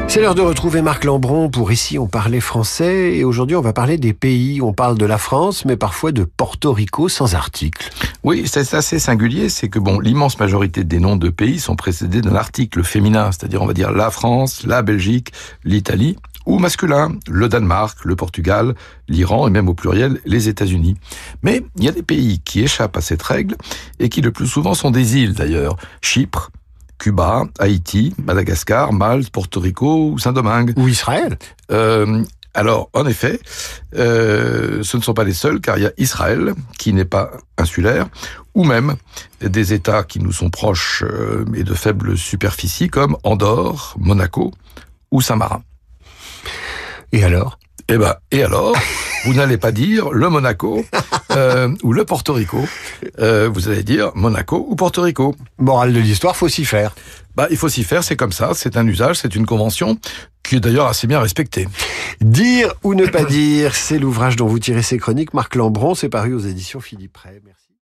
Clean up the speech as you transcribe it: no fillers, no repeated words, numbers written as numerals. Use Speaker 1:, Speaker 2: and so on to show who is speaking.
Speaker 1: C'est l'heure de retrouver Marc Lambron pour Ici on parlait français, et aujourd'hui on va parler des pays. On parle de la France, mais parfois de Porto Rico sans article.
Speaker 2: Oui, c'est assez singulier, c'est que l'immense majorité des noms de pays sont précédés d'un article féminin, c'est-à-dire on va dire la France, la Belgique, l'Italie, ou masculin, le Danemark, le Portugal, l'Iran et même au pluriel les États-Unis. Mais il y a des pays qui échappent à cette règle et qui le plus souvent sont des îles d'ailleurs. Chypre, Cuba, Haïti, Madagascar, Malte, Porto Rico ou Saint-Domingue.
Speaker 1: Ou Israël.
Speaker 2: Alors, en effet, ce ne sont pas les seuls, car il y a Israël, qui n'est pas insulaire, ou même des États qui nous sont proches et de faible superficie, comme Andorre, Monaco ou Saint-Marin.
Speaker 1: Et alors ?
Speaker 2: Et alors, vous n'allez pas dire le Monaco ou le Porto Rico. Vous allez dire Monaco ou Porto Rico.
Speaker 1: Morale de l'histoire, faut s'y faire.
Speaker 2: Il faut s'y faire, c'est comme ça, c'est un usage, c'est une convention qui est d'ailleurs assez bien respectée.
Speaker 1: Dire ou ne pas dire, c'est l'ouvrage dont vous tirez ces chroniques. Marc Lambron, c'est paru aux éditions Philippe Ray. Merci.